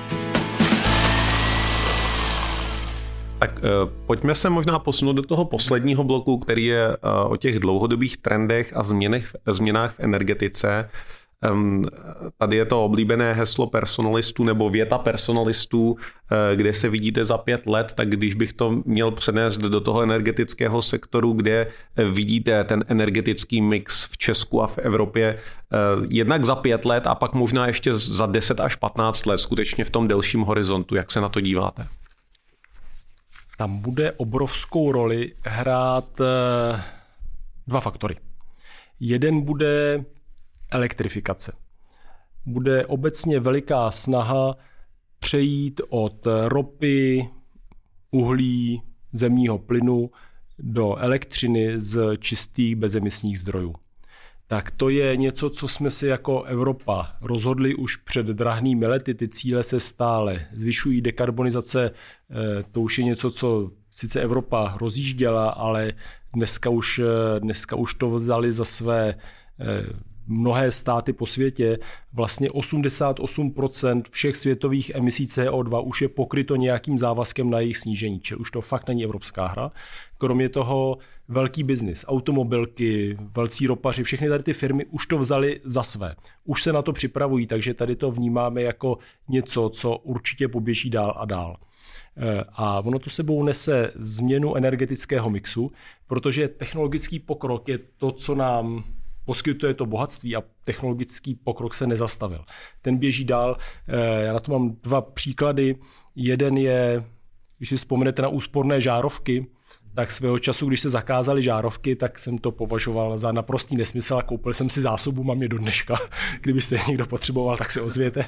S3: Tak pojďme se možná posunout do toho posledního bloku, který je o těch dlouhodobých trendech a změnách v energetice. Tady je to oblíbené heslo personalistů nebo věta personalistů, kde se vidíte za 5 let, tak když bych to měl přenést do toho energetického sektoru, kde vidíte ten energetický mix v Česku a v Evropě jednak za 5 let a pak možná ještě za 10 až 15 let, skutečně v tom delším horizontu. Jak se na to díváte?
S4: Tam bude obrovskou roli hrát 2 faktory. Jeden bude elektrifikace. Bude obecně veliká snaha přejít od ropy, uhlí, zemního plynu do elektřiny z čistých bezemisních zdrojů. Tak to je něco, co jsme si jako Evropa rozhodli už před drahnými lety. Ty cíle se stále zvyšují. Dekarbonizace, to už je něco, co sice Evropa rozjížděla, ale dneska už to vzali za své mnohé státy po světě. Vlastně 88% všech světových emisí CO2 už je pokryto nějakým závazkem na jejich snížení, čili už to fakt není evropská hra. Kromě toho velký biznis, automobilky, velcí ropaři, všechny tady ty firmy už to vzali za své. Už se na to připravují, takže tady to vnímáme jako něco, co určitě poběží dál a dál. A ono to sebou nese změnu energetického mixu, protože technologický pokrok je to, co nám poskytuje to bohatství a technologický pokrok se nezastavil. Ten běží dál. Já na to mám 2 příklady. Jeden je, když si vzpomenete na úsporné žárovky, tak svého času, když se zakázaly žárovky, tak jsem to považoval za naprostý nesmysl a koupil jsem si zásobu, mám je do dneška. Kdybyste někdo potřeboval, tak se ozvěte.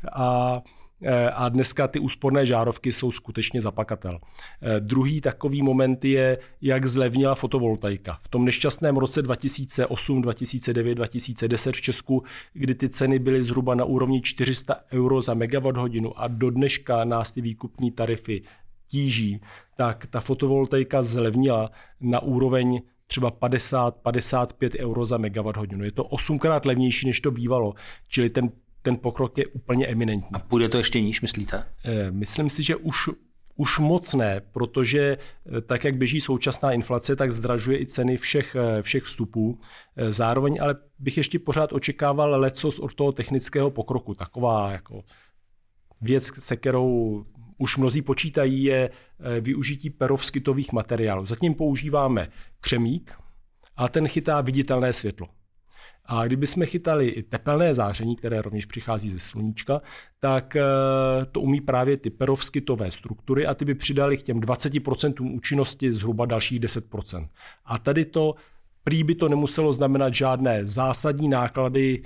S4: A dneska ty úsporné žárovky jsou skutečně zapakatel. Druhý takový moment je, jak zlevnila fotovoltaika. V tom nešťastném roce 2008, 2009, 2010 v Česku, kdy ty ceny byly zhruba na úrovni 400 euro za megawatt hodinu a do dneška nás ty výkupní tarify tíží, tak ta fotovoltaika zlevnila na úroveň třeba 50-55 euro za megawatt hodinu. Je to 8krát levnější, než to bývalo, čili ten pokrok je úplně eminentní.
S2: A půjde to ještě níž, myslíte?
S4: Myslím si, že už moc ne, protože tak, jak běží současná inflace, tak zdražuje i ceny všech vstupů. Zároveň ale bych ještě pořád očekával lecos od toho technického pokroku. Taková jako věc, se kterou už mnozí počítají, je využití perovskitových materiálů. Zatím používáme křemík a ten chytá viditelné světlo. A kdybychom chytali i tepelné záření, které rovněž přichází ze sluníčka, tak to umí právě ty perovskitové struktury a ty by přidali k těm 20% účinnosti zhruba dalších 10%. A tady to prý by to nemuselo znamenat žádné zásadní náklady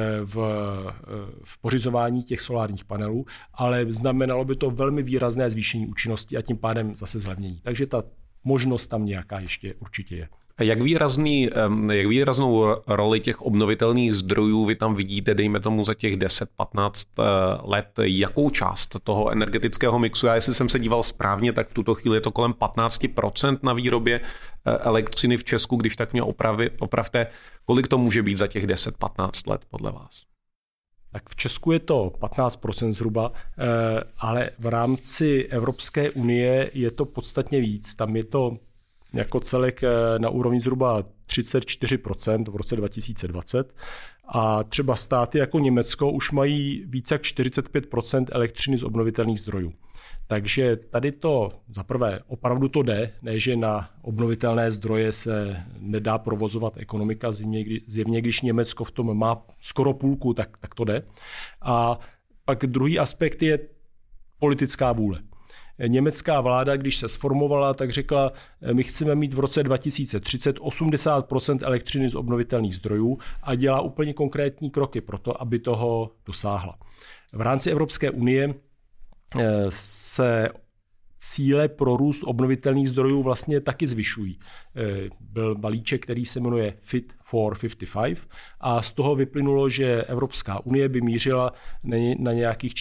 S4: v pořizování těch solárních panelů, ale znamenalo by to velmi výrazné zvýšení účinnosti a tím pádem zase zlevnění. Takže ta možnost tam nějaká ještě určitě je.
S3: Jak výraznou roli těch obnovitelných zdrojů vy tam vidíte, dejme tomu za těch 10-15 let, jakou část toho energetického mixu? Já jestli jsem se díval správně, tak v tuto chvíli je to kolem 15% na výrobě elektřiny v Česku, když tak mě opravte, kolik to může být za těch 10-15 let podle vás?
S4: Tak v Česku je to 15% zhruba, ale v rámci Evropské unie je to podstatně víc. Tam je to jako celek na úrovni zhruba 34% v roce 2020 a třeba státy jako Německo už mají více jak 45% elektřiny z obnovitelných zdrojů. Takže tady to zaprvé opravdu to jde, ne že na obnovitelné zdroje se nedá provozovat ekonomika, zjevně když Německo v tom má skoro půlku, tak to jde. A pak druhý aspekt je politická vůle. Německá vláda, když se sformovala, tak řekla, my chceme mít v roce 2030 80% elektřiny z obnovitelných zdrojů a dělá úplně konkrétní kroky pro to, aby toho dosáhla. V rámci Evropské unie se cíle pro růst obnovitelných zdrojů vlastně taky zvyšují. Byl balíček, který se jmenuje Fit for 55 a z toho vyplynulo, že Evropská unie by mířila na nějakých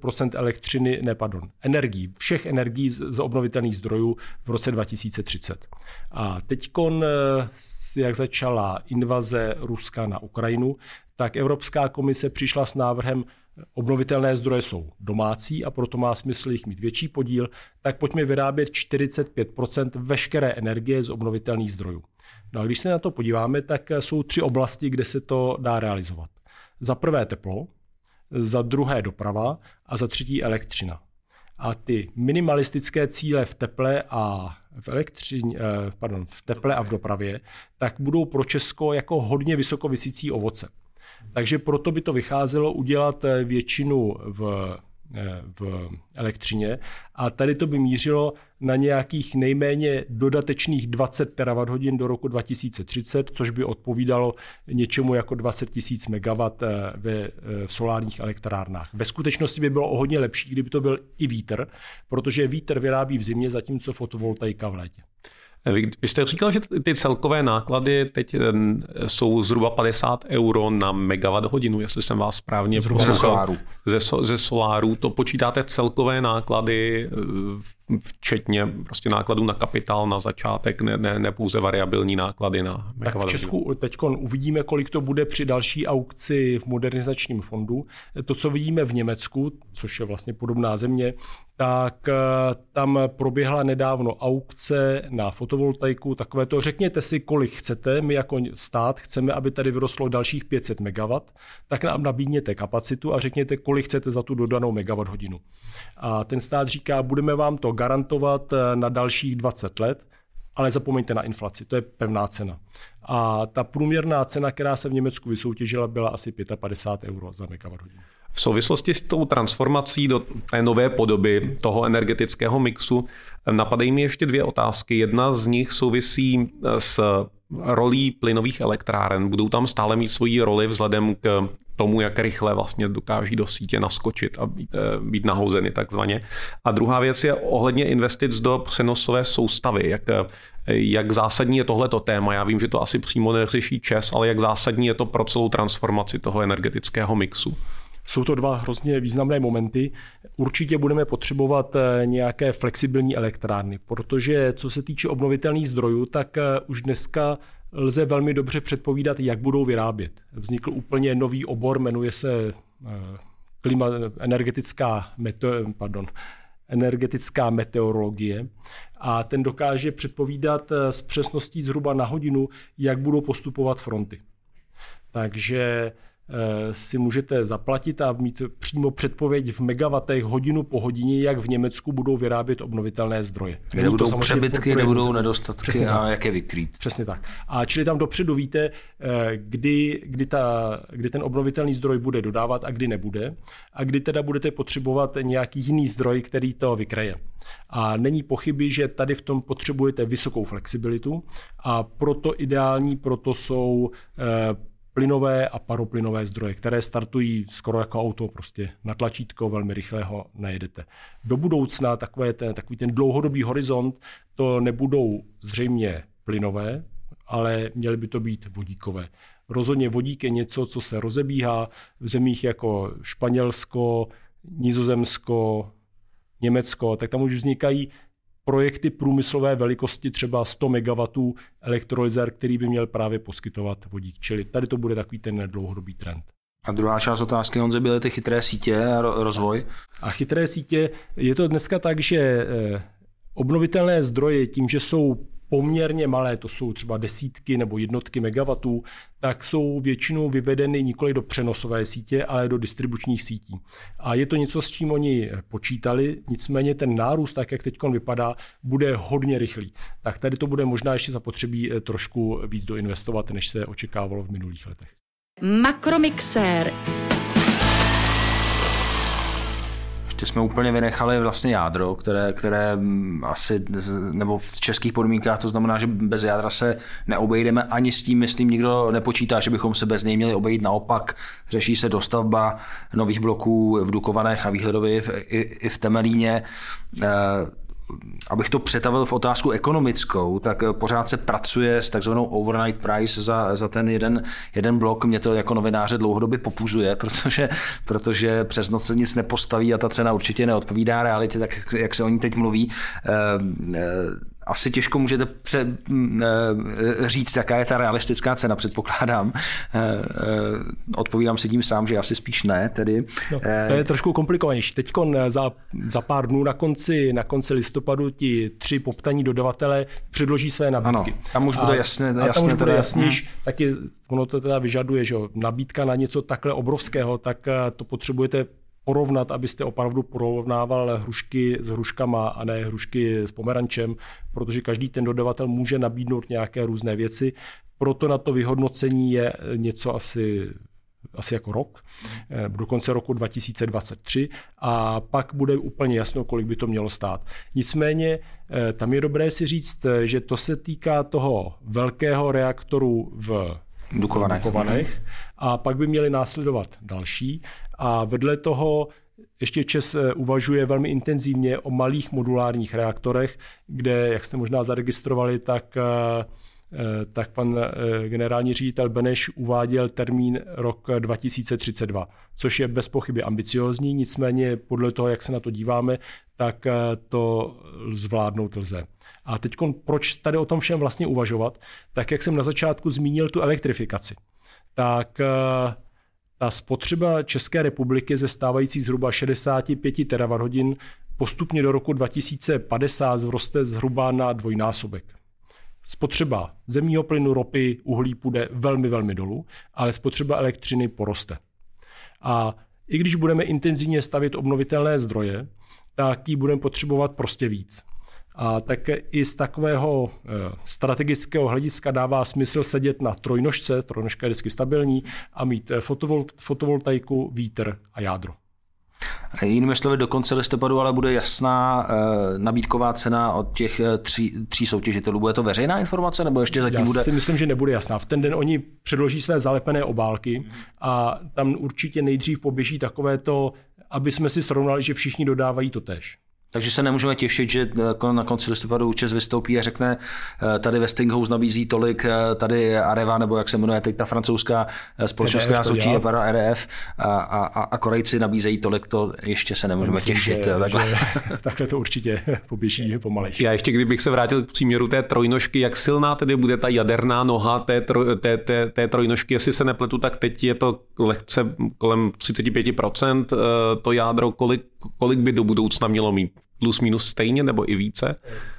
S4: 40% energií, všech energií z obnovitelných zdrojů v roce 2030. A teďkon, jak začala invaze Ruska na Ukrajinu, tak Evropská komise přišla s návrhem, obnovitelné zdroje jsou domácí a proto má smysl jich mít větší podíl, tak pojďme vyrábět 45% veškeré energie z obnovitelných zdrojů. No a když se na to podíváme, tak jsou 3 oblasti, kde se to dá realizovat. Za prvé teplo, za druhé doprava a za třetí elektřina. A ty minimalistické cíle v teple a v teple a v dopravě, tak budou pro Česko jako hodně vysoko visící ovoce. Takže proto by to vycházelo udělat většinu v elektřině a tady to by mířilo na nějakých nejméně dodatečných 20 terawatt-hodin do roku 2030, což by odpovídalo něčemu jako 20 000 MW v solárních elektrárnách. Ve skutečnosti by bylo o hodně lepší, kdyby to byl i vítr, protože vítr vyrábí v zimě, zatímco fotovoltaika v létě.
S3: Vy jste říkal, že ty celkové náklady teď jsou zhruba 50 euro na megawatt hodinu, jestli jsem vás správně poslouchal. Ze soláru. To počítáte celkové náklady, včetně prostě nákladů na kapitál na začátek, ne pouze variabilní náklady na megawatt hodinu.
S4: Tak v Česku teď uvidíme, kolik to bude při další aukci v modernizačním fondu. To, co vidíme v Německu, což je vlastně podobná země, tak tam proběhla nedávno aukce na fotovoltaiku. Takové to řekněte si, kolik chcete. My jako stát chceme, aby tady vyrostlo dalších 500 MW, tak nám nabídněte kapacitu a řekněte, kolik chcete za tu dodanou megawatt hodinu. A ten stát říká, budeme vám to garantovat na dalších 20 let. ale zapomeňte na inflaci, to je pevná cena. A ta průměrná cena, která se v Německu vysoutěžila, byla asi 55 € za megawatt-hodinu.
S3: V souvislosti s tou transformací do té nové podoby toho energetického mixu napadají mi ještě 2 otázky. Jedna z nich souvisí s rolí plynových elektráren. Budou tam stále mít svoji roli vzhledem k tomu, jak rychle vlastně dokáží do sítě naskočit a být nahozeny takzvaně. A druhá věc je ohledně investic do přenosové soustavy. Jak zásadní je tohleto téma? Já vím, že to asi přímo neřeší ČEZ, ale jak zásadní je to pro celou transformaci toho energetického mixu?
S4: Jsou to 2 hrozně významné momenty. Určitě budeme potřebovat nějaké flexibilní elektrárny, protože co se týče obnovitelných zdrojů, tak už dneska lze velmi dobře předpovídat, jak budou vyrábět. Vznikl úplně nový obor, jmenuje se energetická meteorologie a ten dokáže předpovídat s přesností zhruba na hodinu, jak budou postupovat fronty. Takže si můžete zaplatit a mít přímo předpověď v megawatech hodinu po hodině, jak v Německu budou vyrábět obnovitelné zdroje.
S2: Kde budou přebytky, kde budou nedostatky a jak je vykrýt.
S4: Přesně tak. A čili tam dopředu víte, kdy ten obnovitelný zdroj bude dodávat a kdy nebude a kdy teda budete potřebovat nějaký jiný zdroj, který to vykryje. A není pochyby, že tady v tom potřebujete vysokou flexibilitu a proto jsou plynové a paroplynové zdroje, které startují skoro jako auto, prostě na tlačítko, velmi rychle ho najedete. Do budoucna takový ten dlouhodobý horizont, to nebudou zřejmě plynové, ale měly by to být vodíkové. Rozhodně vodík je něco, co se rozebíhá v zemích jako Španělsko, Nizozemsko, Německo, tak tam už vznikají projekty průmyslové velikosti třeba 100 MW elektrolyzér, který by měl právě poskytovat vodík. Čili tady to bude takový ten dlouhodobý trend.
S2: A druhá část otázky, Honze, byly ty chytré sítě a rozvoj?
S4: A chytré sítě, je to dneska tak, že obnovitelné zdroje tím, že jsou poměrně malé, to jsou třeba desítky nebo jednotky megawatů, tak jsou většinou vyvedeny nikoli do přenosové sítě, ale do distribučních sítí. A je to něco, s čím oni počítali, nicméně ten nárůst, tak jak teď vypadá, bude hodně rychlý. Tak tady to bude možná ještě zapotřebí trošku víc doinvestovat, než se očekávalo v minulých letech.
S1: Makromixér.
S2: Ještě jsme úplně vynechali vlastně jádro, které asi, nebo v českých podmínkách to znamená, že bez jádra se neobejdeme, ani s tím, myslím, nikdo nepočítá, že bychom se bez něj měli obejít. Naopak řeší se dostavba nových bloků v Dukovanech a výhledově i v Temelíně. Abych to přetavil v otázku ekonomickou, tak pořád se pracuje s takzvanou overnight price za ten jeden blok. Mě to jako novináře dlouhodobě popuzuje, protože přes noc se nic nepostaví a ta cena určitě neodpovídá realitě, tak jak se o ní teď mluví. Asi těžko můžete říct, jaká je ta realistická cena, předpokládám. Odpovídám si tím sám, že asi spíš ne. Tedy.
S4: No, to je trošku komplikovanější. Teď za pár dnů na konci listopadu ti 3 poptaní dodavatelé předloží své nabídky.
S2: Ano, tam už bude jasné.
S4: Tam už bude jasnější. Taky ono to teda vyžaduje, že nabídka na něco takhle obrovského, tak to potřebujete porovnat, abyste opravdu porovnával hrušky s hruškama a ne hrušky s pomerančem, protože každý ten dodavatel může nabídnout nějaké různé věci. Proto na to vyhodnocení je něco asi jako rok, do konce roku 2023 a pak bude úplně jasno, kolik by to mělo stát. Nicméně tam je dobré si říct, že to se týká toho velkého reaktoru v Dukovanech a pak by měly následovat další. A vedle toho ještě ČEZ uvažuje velmi intenzivně o malých modulárních reaktorech, kde, jak jste možná zaregistrovali, tak pan generální ředitel Beneš uváděl termín rok 2032, což je bez pochyby ambiciózní, nicméně podle toho, jak se na to díváme, tak to zvládnout lze. A teď proč tady o tom všem vlastně uvažovat? Tak jak jsem na začátku zmínil tu elektrifikaci, tak ta spotřeba České republiky ze stávající zhruba 65 terawatthodin postupně do roku 2050 vzroste zhruba na dvojnásobek. Spotřeba zemního plynu, ropy, uhlí půjde velmi, velmi dolů, ale spotřeba elektřiny poroste. A i když budeme intenzivně stavět obnovitelné zdroje, tak ji budeme potřebovat prostě víc. A tak i z takového strategického hlediska dává smysl sedět na trojnožce, trojnožka je vždycky stabilní, a mít fotovoltaiku, vítr a jádro.
S2: Jinými slovy, do konce listopadu ale bude jasná nabídková cena od těch tří soutěžitelů. Bude to veřejná informace, nebo ještě zatím bude?
S4: Já si myslím, že nebude jasná. V ten den oni předloží své zalepené obálky a tam určitě nejdřív poběží takovéto, aby jsme si srovnali, že všichni dodávají totéž.
S2: Takže se nemůžeme těšit, že na konci listopadu ČEZ vystoupí a řekne, tady Westinghouse nabízí tolik, tady Areva, nebo jak se jmenuje teď ta francouzská společnost, která soutěží RDF a Korejci nabízejí tolik, to ještě se nemůžeme těšit.
S4: Takhle to určitě poběží pomalejší.
S3: Já ještě kdybych se vrátil k příměru té trojnožky, jak silná tedy bude ta jaderná noha té trojnožky, jestli se nepletu, tak teď je to lehce kolem 35%, to jádro, kolik by do budoucna mělo mít? Plus minus stejně nebo i více?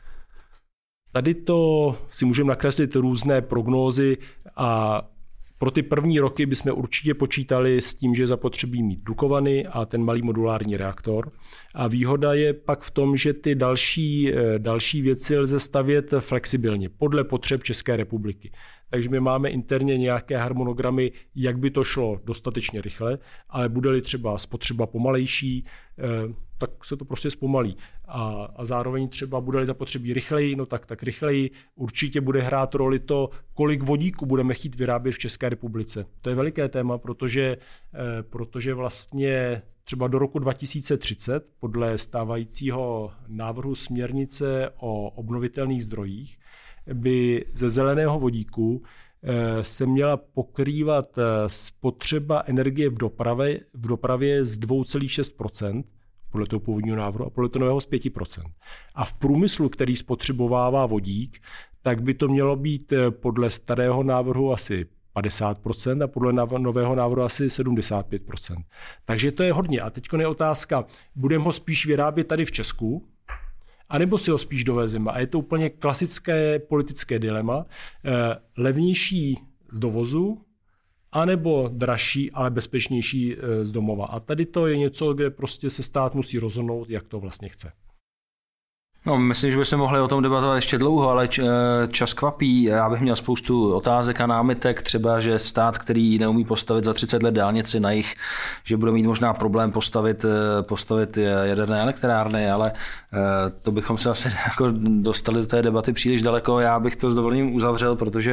S4: Tady to si můžeme nakreslit různé prognózy a pro ty první roky bychom určitě počítali s tím, že zapotřebí mít Dukovany a ten malý modulární reaktor. A výhoda je pak v tom, že ty další věci lze stavět flexibilně podle potřeb České republiky. Takže my máme interně nějaké harmonogramy, jak by to šlo dostatečně rychle, ale bude-li třeba spotřeba pomalejší, tak se to prostě zpomalí. A zároveň třeba bude-li zapotřebí rychleji, no tak rychleji. Určitě bude hrát roli to, kolik vodíku budeme chtít vyrábět v České republice. To je veliké téma, protože vlastně třeba do roku 2030 podle stávajícího návrhu směrnice o obnovitelných zdrojích by ze zeleného vodíku se měla pokrývat spotřeba energie v dopravě z 2,6% podle toho původního návrhu a podle toho nového z 5%. A v průmyslu, který spotřebovává vodík, tak by to mělo být podle starého návrhu asi 50% a podle nového návrhu asi 75%. Takže to je hodně. A teď je otázka, budeme ho spíš vyrábět tady v Česku, anebo si ho spíš dovezeme. A je to úplně klasické politické dilema. Levnější z dovozu, anebo dražší, ale bezpečnější z domova. A tady to je něco, kde prostě se stát musí rozhodnout, jak to vlastně chce.
S2: No, myslím, že bychom mohli o tom debatovat ještě dlouho, ale čas kvapí. Já bych měl spoustu otázek a námitek, třeba, že stát, který neumí postavit za 30 let dálnici na jich, že bude mít možná problém postavit jaderné elektrárny, ale to bychom se asi jako dostali do té debaty příliš daleko. Já bych to s dovolením uzavřel, protože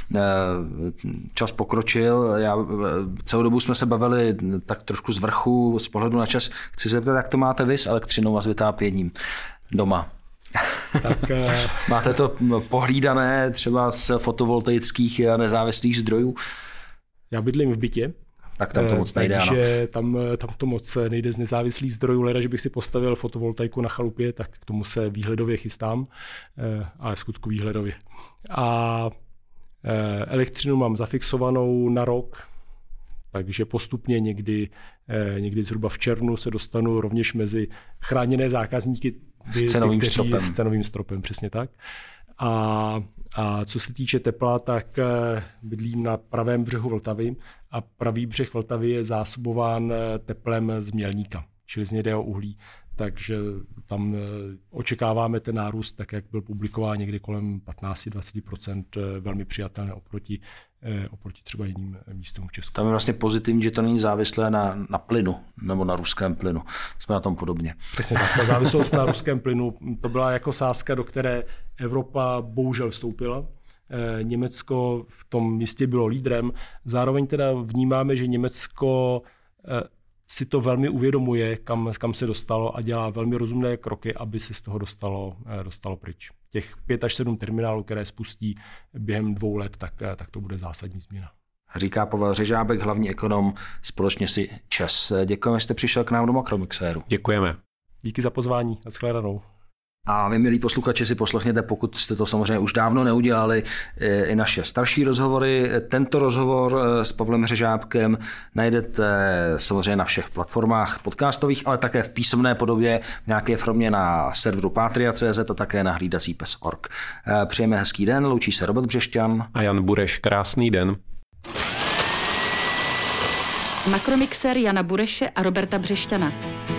S2: čas pokročil. Celou dobu jsme se bavili tak trošku z vrchu, z pohledu na čas. Chci se zeptat, jak to máte vy s elektřinou a s vytápěním doma? Tak, máte to pohlídané třeba z fotovoltaických a nezávislých zdrojů?
S4: Já bydlím v bytě.
S2: Tak tam to moc nejde,
S4: takže tam to moc nejde z nezávislých zdrojů. Leda, že bych si postavil fotovoltaiku na chalupě, tak k tomu se výhledově chystám, ale skutku výhledově. A elektřinu mám zafixovanou na rok, takže postupně někdy zhruba v červnu se dostanu rovněž mezi chráněné zákazníky,
S2: s
S4: cenovým stropem, přesně tak. A co se týče tepla, tak bydlím na pravém břehu Vltavy a pravý břeh Vltavy je zásobován teplem z Mělníka, čili z hnědého uhlí. Takže tam očekáváme ten nárůst, tak jak byl publikován někdy kolem 15-20%, velmi přijatelné oproti třeba jiným místům v Česku.
S2: Tam je vlastně pozitivní, že to není závislé na plynu nebo na ruském plynu. Jsme na tom podobně.
S4: Přesně tak. Ta závislost na ruském plynu, to byla jako sázka, do které Evropa bohužel vstoupila. Německo v tom místě bylo lídrem. Zároveň teda vnímáme, že Německo si to velmi uvědomuje, kam se dostalo a dělá velmi rozumné kroky, aby se z toho dostalo pryč. Těch 5 až 7 terminálů, které spustí během 2 let, tak to bude zásadní změna.
S2: Říká Pavel Řežábek, hlavní ekonom společnosti ČEZ. Děkujeme, že jste přišel k nám do Makromixéru.
S3: Děkujeme.
S4: Díky za pozvání. Nashledanou.
S2: A vy, milí posluchači, si poslechněte, pokud jste to samozřejmě už dávno neudělali, i naše starší rozhovory. Tento rozhovor s Pavlem Řežábkem najdete samozřejmě na všech platformách podcastových, ale také v písemné podobě v nějaké formě na serveru Patria.cz a také na hlídací pes.org. Přejeme hezký den, loučí se Robert Břešťan
S3: a Jan Bureš. Krásný den.
S1: Makromixer Jana Bureše a Roberta Břešťana.